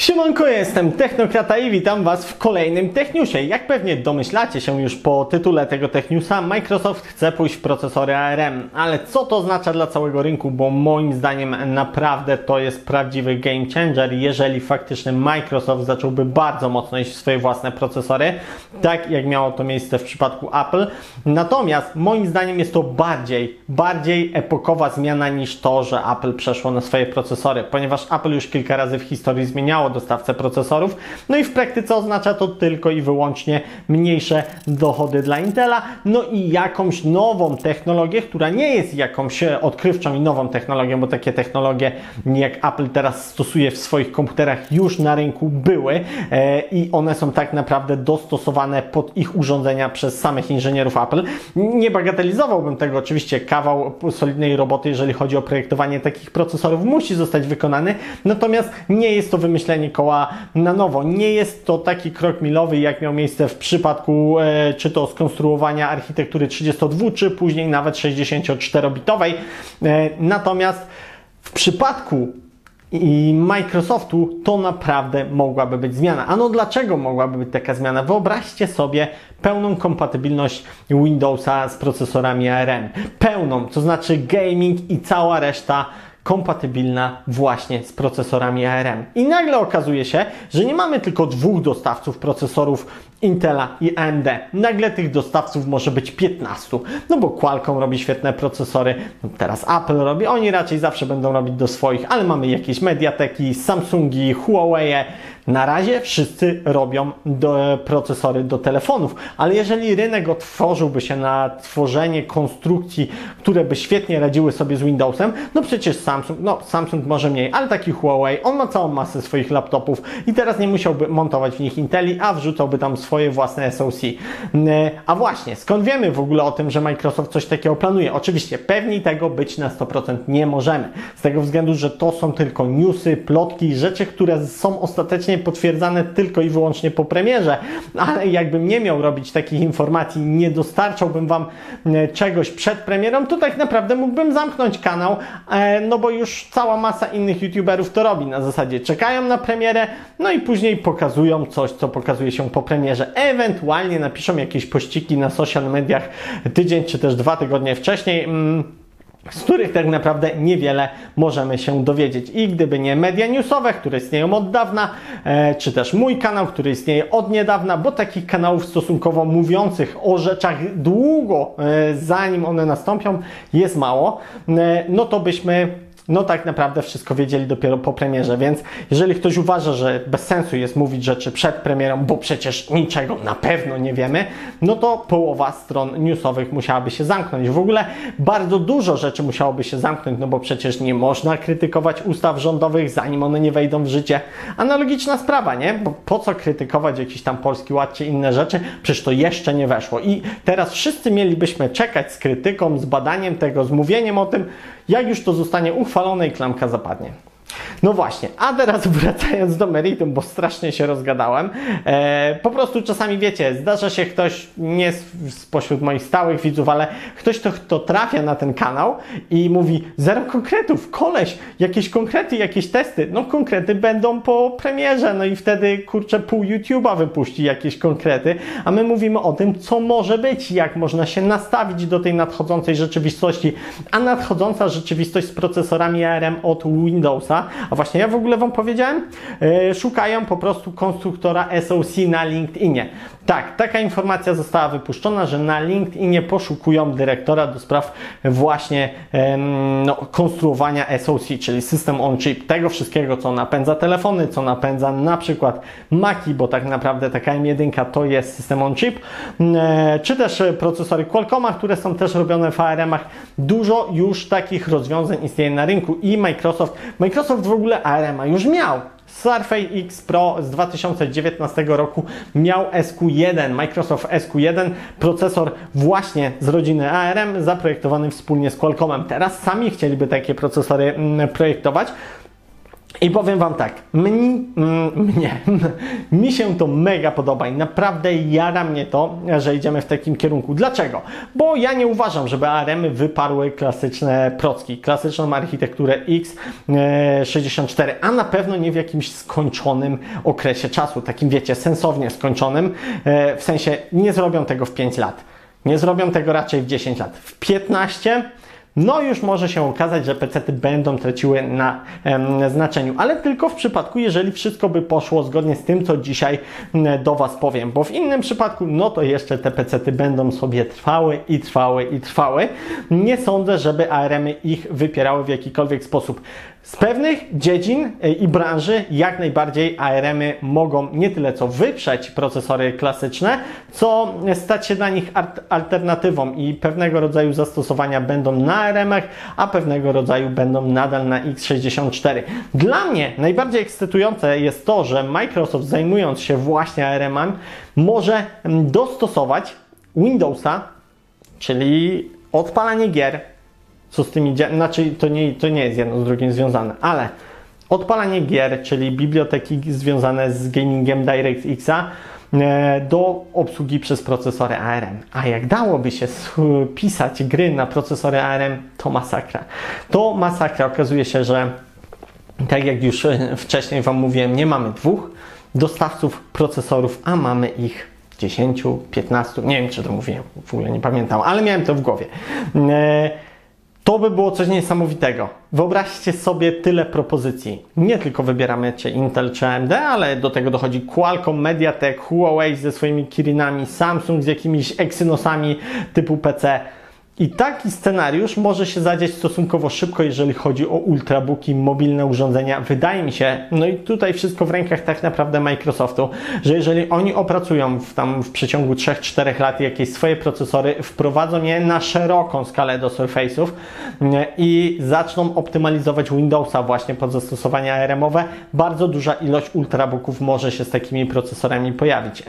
Siemanko, jestem Technokrata i witam Was w kolejnym Technewsie. Jak pewnie domyślacie się już po tytule tego Technewsa, Microsoft chce pójść w procesory ARM. Ale co to oznacza dla całego rynku? Bo moim zdaniem naprawdę to jest prawdziwy game changer, jeżeli faktycznie Microsoft zacząłby bardzo mocno iść w swoje własne procesory, tak jak miało to miejsce w przypadku Apple. Natomiast moim zdaniem jest to bardziej epokowa zmiana niż to, że Apple przeszło na swoje procesory, ponieważ Apple już kilka razy w historii zmieniało dostawcę procesorów, no i w praktyce oznacza to tylko i wyłącznie mniejsze dochody dla Intela, no i jakąś nową technologię, która nie jest jakąś odkrywczą i nową technologią, bo takie technologie jak Apple teraz stosuje w swoich komputerach już na rynku były i one są tak naprawdę dostosowane pod ich urządzenia przez samych inżynierów Apple. Nie bagatelizowałbym tego, oczywiście kawał solidnej roboty, jeżeli chodzi o projektowanie takich procesorów, musi zostać wykonany, natomiast nie jest to wymyślenie koła na nowo. Nie jest to taki krok milowy, jak miał miejsce w przypadku czy to skonstruowania architektury 32, czy później nawet 64-bitowej. Natomiast w przypadku Microsoftu to naprawdę mogłaby być zmiana. A no dlaczego mogłaby być taka zmiana? Wyobraźcie sobie pełną kompatybilność Windowsa z procesorami ARM. Pełną, to znaczy gaming i cała reszta kompatybilna właśnie z procesorami ARM. I nagle okazuje się, że nie mamy tylko dwóch dostawców procesorów Intela i AMD. Nagle tych dostawców może być 15. No bo Qualcomm robi świetne procesory, teraz Apple robi, oni raczej zawsze będą robić do swoich, ale mamy jakieś Mediateki, Samsungi, Huawei. Na razie wszyscy robią procesory do telefonów, ale jeżeli rynek otworzyłby się na tworzenie konstrukcji, które by świetnie radziły sobie z Windowsem, no przecież Samsung może mniej, ale taki Huawei, on ma całą masę swoich laptopów i teraz nie musiałby montować w nich Inteli, a wrzucałby tam swoje własne SoC. A właśnie, skąd wiemy w ogóle o tym, że Microsoft coś takiego planuje? Oczywiście, pewni tego być na 100% nie możemy. Z tego względu, że to są tylko newsy, plotki, rzeczy, które są ostatecznie potwierdzane tylko i wyłącznie po premierze, ale jakbym nie miał robić takich informacji, nie dostarczałbym Wam czegoś przed premierą, to tak naprawdę mógłbym zamknąć kanał, no bo już cała masa innych youtuberów to robi. Na zasadzie czekają na premierę, no i później pokazują coś, co pokazuje się po premierze. Ewentualnie napiszą jakieś pościgi na social mediach tydzień czy też 2 tygodnie wcześniej, z których tak naprawdę niewiele możemy się dowiedzieć. I gdyby nie media newsowe, które istnieją od dawna, czy też mój kanał, który istnieje od niedawna, bo takich kanałów stosunkowo mówiących o rzeczach długo, zanim one nastąpią, jest mało, no to byśmy tak naprawdę wszystko wiedzieli dopiero po premierze, więc jeżeli ktoś uważa, że bez sensu jest mówić rzeczy przed premierą, bo przecież niczego na pewno nie wiemy, no to połowa stron newsowych musiałaby się zamknąć. W ogóle bardzo dużo rzeczy musiałoby się zamknąć, no bo przecież nie można krytykować ustaw rządowych, zanim one nie wejdą w życie. Analogiczna sprawa, nie? Bo po co krytykować jakiś tam Polski Ład czy inne rzeczy? Przecież to jeszcze nie weszło. I teraz wszyscy mielibyśmy czekać z krytyką, z badaniem tego, z mówieniem o tym, jak już to zostanie uchwalone i klamka zapadnie. No właśnie, a teraz wracając do meritum, bo strasznie się rozgadałem, po prostu czasami wiecie, zdarza się ktoś, nie spośród moich stałych widzów, ale ktoś, kto trafia na ten kanał i mówi zero konkretów, koleś, jakieś konkrety, jakieś testy, no konkrety będą po premierze, no i wtedy kurczę pół YouTube'a wypuści jakieś konkrety, a my mówimy o tym, co może być, jak można się nastawić do tej nadchodzącej rzeczywistości, a nadchodząca rzeczywistość z procesorami ARM od Windowsa. A właśnie ja w ogóle Wam powiedziałem, szukają po prostu konstruktora SoC na LinkedInie. Tak, taka informacja została wypuszczona, że na LinkedInie poszukują dyrektora do spraw właśnie konstruowania SoC, czyli System on Chip, tego wszystkiego, co napędza telefony, co napędza na przykład Maci, bo tak naprawdę taka M1 to jest System on Chip, czy też procesory Qualcomma, które są też robione w ARM-ach. Dużo już takich rozwiązań istnieje na rynku i Microsoft w ogóle ARM-a już miał. Surface X Pro z 2019 roku miał SQ1, Microsoft SQ1, procesor właśnie z rodziny ARM, zaprojektowany wspólnie z Qualcommem. Teraz sami chcieliby takie procesory projektować. I powiem Wam tak, mi się to mega podoba i naprawdę jara mnie to, że idziemy w takim kierunku. Dlaczego? Bo ja nie uważam, żeby ARM-y wyparły klasyczne procki, klasyczną architekturę x64, a na pewno nie w jakimś skończonym okresie czasu, takim wiecie, sensownie skończonym, w sensie nie zrobią tego w 5 lat, nie zrobią tego raczej w 10 lat, w 15. No już może się okazać, że PC-ty będą traciły na znaczeniu, ale tylko w przypadku, jeżeli wszystko by poszło zgodnie z tym, co dzisiaj do Was powiem, bo w innym przypadku, no to jeszcze te PC-ty będą sobie trwały i trwały i trwały. Nie sądzę, żeby ARM-y ich wypierały w jakikolwiek sposób. Z pewnych dziedzin i branży jak najbardziej ARM-y mogą nie tyle co wyprzeć procesory klasyczne, co stać się dla nich alternatywą i pewnego rodzaju zastosowania będą na ARM-ach, a pewnego rodzaju będą nadal na x64. Dla mnie najbardziej ekscytujące jest to, że Microsoft, zajmując się właśnie ARM-ami, może dostosować Windowsa, czyli odpalanie gier, co z tymi, znaczy to nie jest jedno z drugim związane, ale odpalanie gier, czyli biblioteki związane z gamingiem DirectX'a do obsługi przez procesory ARM. A jak dałoby się pisać gry na procesory ARM, to masakra. To masakra. Okazuje się, że tak jak już wcześniej Wam mówiłem, nie mamy dwóch dostawców procesorów, a mamy ich 10, 15, nie wiem czy to mówiłem, w ogóle nie pamiętam, ale miałem to w głowie. To by było coś niesamowitego. Wyobraźcie sobie tyle propozycji. Nie tylko wybieramy czy Intel czy AMD, ale do tego dochodzi Qualcomm, MediaTek, Huawei ze swoimi Kirinami, Samsung z jakimiś Exynosami typu PC. I taki scenariusz może się zadziać stosunkowo szybko, jeżeli chodzi o ultrabooki, mobilne urządzenia. Wydaje mi się, no i tutaj wszystko w rękach tak naprawdę Microsoftu, że jeżeli oni opracują w przeciągu 3-4 lat jakieś swoje procesory, wprowadzą je na szeroką skalę do Surface'ów i zaczną optymalizować Windowsa właśnie pod zastosowania ARM-owe, bardzo duża ilość ultrabooków może się z takimi procesorami pojawić.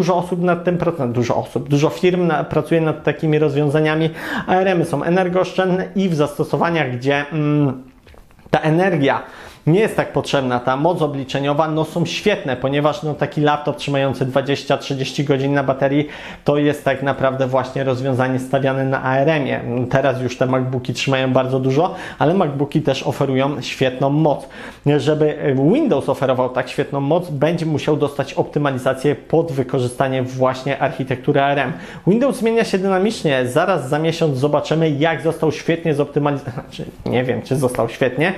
Dużo firm pracuje nad takimi rozwiązaniami. ARM-y są energooszczędne i w zastosowaniach, gdzie ta energia nie jest tak potrzebna, ta moc obliczeniowa, no są świetne, ponieważ no taki laptop trzymający 20-30 godzin na baterii to jest tak naprawdę właśnie rozwiązanie stawiane na ARM-ie. Teraz już te MacBooki trzymają bardzo dużo, ale MacBooki też oferują świetną moc. Żeby Windows oferował tak świetną moc, będzie musiał dostać optymalizację pod wykorzystanie właśnie architektury ARM. Windows zmienia się dynamicznie, zaraz za miesiąc zobaczymy, jak został świetnie zoptymalizowany, znaczy nie wiem, czy został świetnie,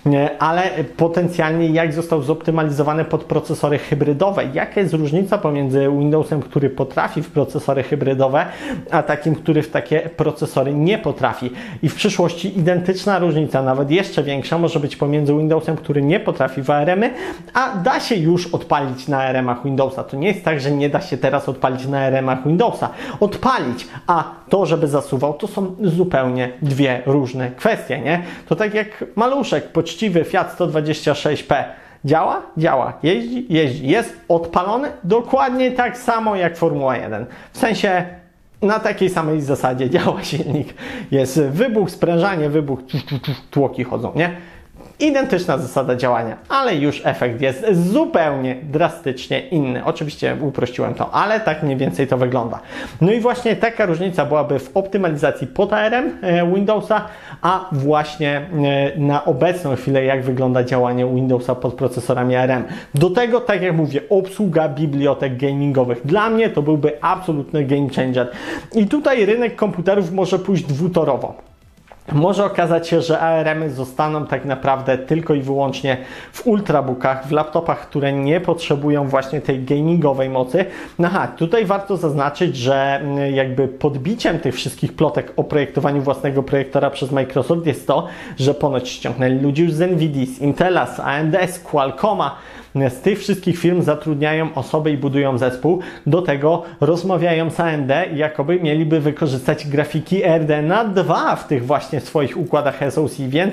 ale potencjalnie jak został zoptymalizowany pod procesory hybrydowe. Jaka jest różnica pomiędzy Windowsem, który potrafi w procesory hybrydowe, a takim, który w takie procesory nie potrafi. I w przyszłości identyczna różnica, nawet jeszcze większa, może być pomiędzy Windowsem, który nie potrafi w ARM-y, a da się już odpalić na ARM-ach Windowsa. To nie jest tak, że nie da się teraz odpalić na ARM-ach Windowsa. Odpalić, a to, żeby zasuwał, to są zupełnie dwie różne kwestie, nie? To tak jak maluszek, poczciwy Fiat 126P. Działa? Działa. Jeździ? Jeździ. Jest odpalony dokładnie tak samo jak Formuła 1. W sensie na takiej samej zasadzie działa silnik. Jest wybuch, sprężanie, wybuch, tłoki chodzą, nie? Identyczna zasada działania, ale już efekt jest zupełnie drastycznie inny. Oczywiście uprościłem to, ale tak mniej więcej to wygląda. No i właśnie taka różnica byłaby w optymalizacji pod ARM Windowsa, a właśnie na obecną chwilę jak wygląda działanie Windowsa pod procesorami ARM. Do tego, tak jak mówię, obsługa bibliotek gamingowych. Dla mnie to byłby absolutny game changer. I tutaj rynek komputerów może pójść dwutorowo. Może okazać się, że ARM-y zostaną tak naprawdę tylko i wyłącznie w ultrabookach, w laptopach, które nie potrzebują właśnie tej gamingowej mocy. Aha, tutaj warto zaznaczyć, że jakby podbiciem tych wszystkich plotek o projektowaniu własnego projektora przez Microsoft jest to, że ponoć ściągnęli ludzi już z Nvidia, z Intela, z AMD, z Qualcomma. Z tych wszystkich firm zatrudniają osoby i budują zespół. Do tego rozmawiają z AMD, jakoby mieliby wykorzystać grafiki RDNA 2 w tych właśnie swoich układach SoC, więc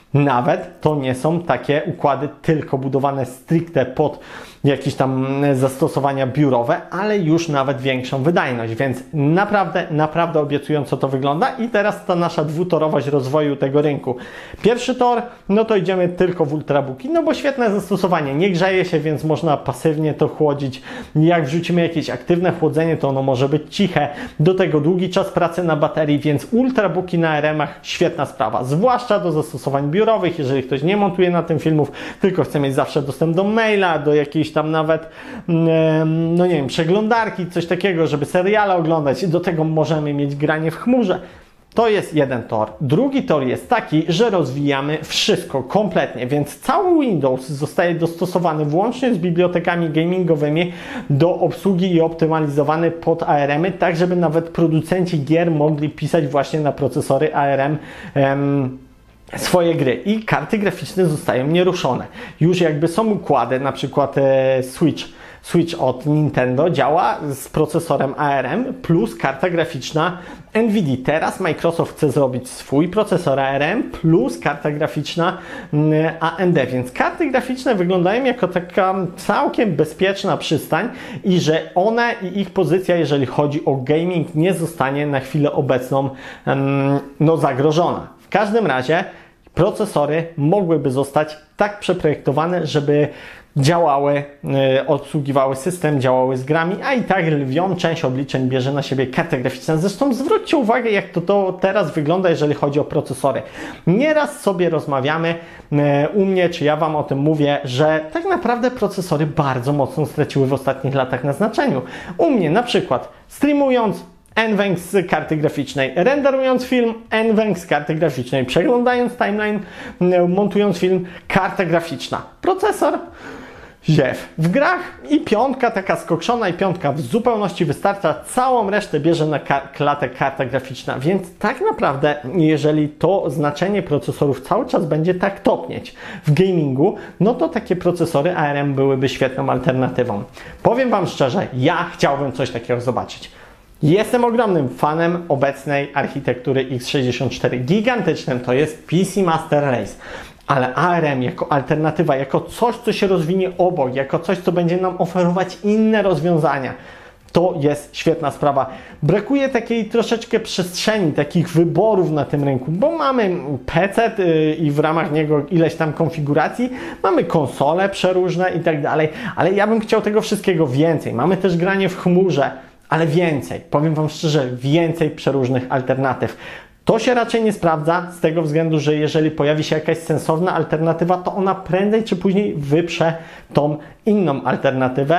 Nawet to nie są takie układy tylko budowane stricte pod jakieś tam zastosowania biurowe, ale już nawet większą wydajność, więc naprawdę obiecująco to wygląda. I teraz ta nasza dwutorowość rozwoju tego rynku. Pierwszy tor, no to idziemy tylko w ultrabooki, no bo świetne zastosowanie, nie grzeje się, więc można pasywnie to chłodzić. Jak wrzucimy jakieś aktywne chłodzenie, to ono może być ciche, do tego długi czas pracy na baterii, więc ultrabooki na ARM-ach świetna sprawa, zwłaszcza do zastosowań biurowych, jeżeli ktoś nie montuje na tym filmów, tylko chce mieć zawsze dostęp do maila, do jakiejś tam nawet, no nie wiem, przeglądarki, coś takiego, żeby seriale oglądać. Do tego możemy mieć granie w chmurze. To jest jeden tor. Drugi tor jest taki, że rozwijamy wszystko kompletnie, więc cały Windows zostaje dostosowany włącznie z bibliotekami gamingowymi do obsługi i optymalizowany pod ARM-y, tak żeby nawet producenci gier mogli pisać właśnie na procesory ARM swoje gry i karty graficzne zostają nieruszone. Już jakby są układy, na przykład Switch od Nintendo działa z procesorem ARM plus karta graficzna NVIDIA. Teraz Microsoft chce zrobić swój procesor ARM plus karta graficzna AMD, więc karty graficzne wyglądają jako taka całkiem bezpieczna przystań i że one i ich pozycja, jeżeli chodzi o gaming, nie zostanie na chwilę obecną no, zagrożona. W każdym razie procesory mogłyby zostać tak przeprojektowane, żeby działały, obsługiwały system, działały z grami, a i tak lwią część obliczeń bierze na siebie karta graficzna. Zresztą zwróćcie uwagę, jak to teraz wygląda, jeżeli chodzi o procesory. Nieraz sobie rozmawiamy u mnie, czy ja Wam o tym mówię, że tak naprawdę procesory bardzo mocno straciły w ostatnich latach na znaczeniu. U mnie na przykład streamując NVENC z karty graficznej, renderując film, NVENC z karty graficznej, przeglądając timeline, montując film, karta graficzna. Procesor, ziew. W grach i piątka taka skokszona i piątka w zupełności wystarcza, całą resztę bierze na klatę karta graficzna, więc tak naprawdę jeżeli to znaczenie procesorów cały czas będzie tak topnieć w gamingu, no to takie procesory ARM byłyby świetną alternatywą. Powiem Wam szczerze, ja chciałbym coś takiego zobaczyć. Jestem ogromnym fanem obecnej architektury x64. Gigantycznym to jest PC Master Race. Ale ARM jako alternatywa, jako coś, co się rozwinie obok, jako coś, co będzie nam oferować inne rozwiązania, to jest świetna sprawa. Brakuje takiej troszeczkę przestrzeni, takich wyborów na tym rynku, bo mamy PC i w ramach niego ileś tam konfiguracji, mamy konsole przeróżne i tak dalej, ale ja bym chciał tego wszystkiego więcej. Mamy też granie w chmurze, ale więcej, powiem Wam szczerze, więcej przeróżnych alternatyw. To się raczej nie sprawdza z tego względu, że jeżeli pojawi się jakaś sensowna alternatywa, to ona prędzej czy później wyprze tą inną alternatywę.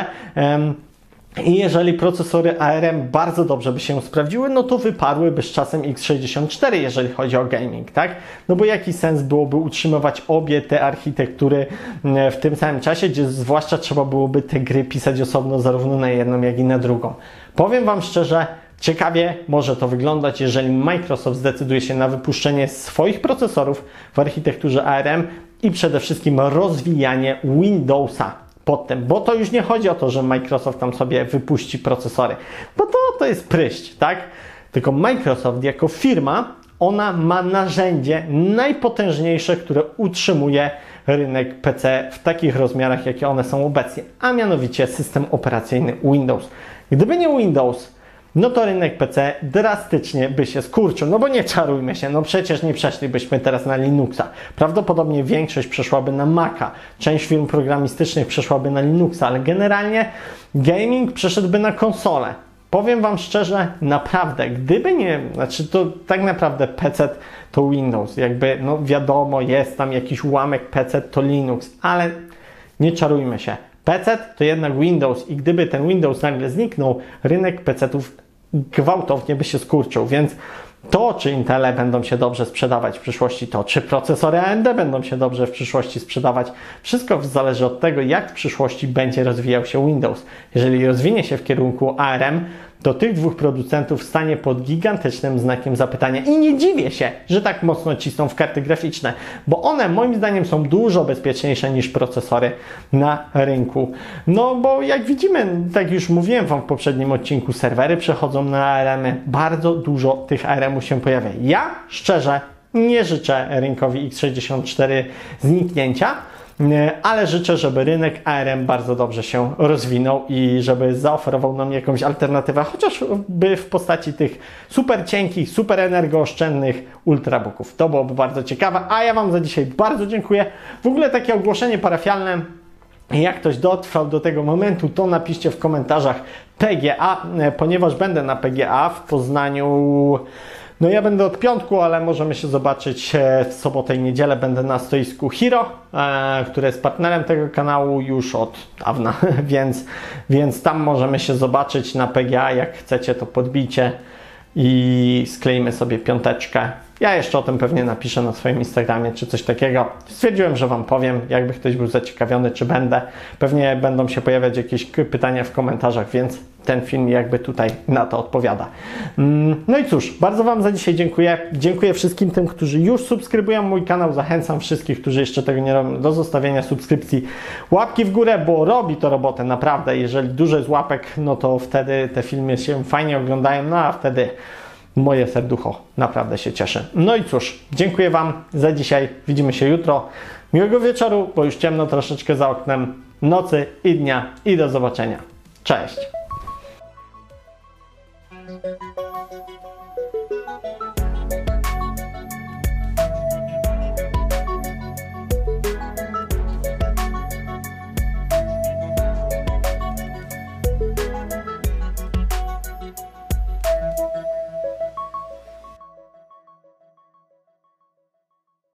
I jeżeli procesory ARM bardzo dobrze by się sprawdziły, no to wyparłyby z czasem x64, jeżeli chodzi o gaming, tak? No bo jaki sens byłoby utrzymywać obie te architektury w tym samym czasie, gdzie zwłaszcza trzeba byłoby te gry pisać osobno zarówno na jedną, jak i na drugą. Powiem Wam szczerze, ciekawie może to wyglądać, jeżeli Microsoft zdecyduje się na wypuszczenie swoich procesorów w architekturze ARM i przede wszystkim rozwijanie Windowsa pod tym, bo to już nie chodzi o to, że Microsoft tam sobie wypuści procesory, bo to jest pryść, tak? Tylko Microsoft jako firma, ona ma narzędzie najpotężniejsze, które utrzymuje rynek PC w takich rozmiarach, jakie one są obecnie, a mianowicie system operacyjny Windows. Gdyby nie Windows, no to rynek PC drastycznie by się skurczył, no bo nie czarujmy się, no przecież nie przeszlibyśmy teraz na Linuxa. Prawdopodobnie większość przeszłaby na Maca, część firm programistycznych przeszłaby na Linuxa, ale generalnie gaming przeszedłby na konsolę. Powiem Wam szczerze, naprawdę, gdyby nie, znaczy to tak naprawdę PC to Windows, jakby, no wiadomo, jest tam jakiś ułamek PC to Linux, ale nie czarujmy się. PC to jednak Windows i gdyby ten Windows nagle zniknął, rynek PC-ów gwałtownie by się skurczył, więc to, czy Intele będą się dobrze sprzedawać w przyszłości, to czy procesory AMD będą się dobrze w przyszłości sprzedawać, wszystko zależy od tego, jak w przyszłości będzie rozwijał się Windows. Jeżeli rozwinie się w kierunku ARM, to tych dwóch producentów stanie pod gigantycznym znakiem zapytania i nie dziwię się, że tak mocno cisną w karty graficzne, bo one moim zdaniem są dużo bezpieczniejsze niż procesory na rynku. No bo jak widzimy, tak już mówiłem Wam w poprzednim odcinku, serwery przechodzą na ARM-y, bardzo dużo tych ARM-ów się pojawia. Ja szczerze Nie życzę rynkowi x64 zniknięcia, ale życzę, żeby rynek ARM bardzo dobrze się rozwinął i żeby zaoferował nam jakąś alternatywę, chociażby w postaci tych super cienkich, super energooszczędnych ultrabooków. To byłoby bardzo ciekawe, a ja Wam za dzisiaj bardzo dziękuję. W ogóle takie ogłoszenie parafialne. Jak ktoś dotrwał do tego momentu, to napiszcie w komentarzach PGA, ponieważ będę na PGA w Poznaniu. No ja będę od piątku, ale możemy się zobaczyć w sobotę i niedzielę. Będę na stoisku Hero, które jest partnerem tego kanału już od dawna, więc tam możemy się zobaczyć na PGA. Jak chcecie, to podbijcie i skleimy sobie piąteczkę. Ja jeszcze o tym pewnie napiszę na swoim Instagramie czy coś takiego. Stwierdziłem, że Wam powiem, jakby ktoś był zaciekawiony, czy będę. Pewnie będą się pojawiać jakieś pytania w komentarzach, więc ten film jakby tutaj na to odpowiada. No i cóż, bardzo Wam za dzisiaj dziękuję. Dziękuję wszystkim tym, którzy już subskrybują mój kanał. Zachęcam wszystkich, którzy jeszcze tego nie robią, do zostawienia subskrypcji. Łapki w górę, bo robi to robotę naprawdę. Jeżeli dużo jest łapek, no to wtedy te filmy się fajnie oglądają, no a wtedy moje serducho naprawdę się cieszy. No i cóż, dziękuję Wam za dzisiaj. Widzimy się jutro. Miłego wieczoru, bo już ciemno troszeczkę za oknem, nocy i dnia i do zobaczenia. Cześć!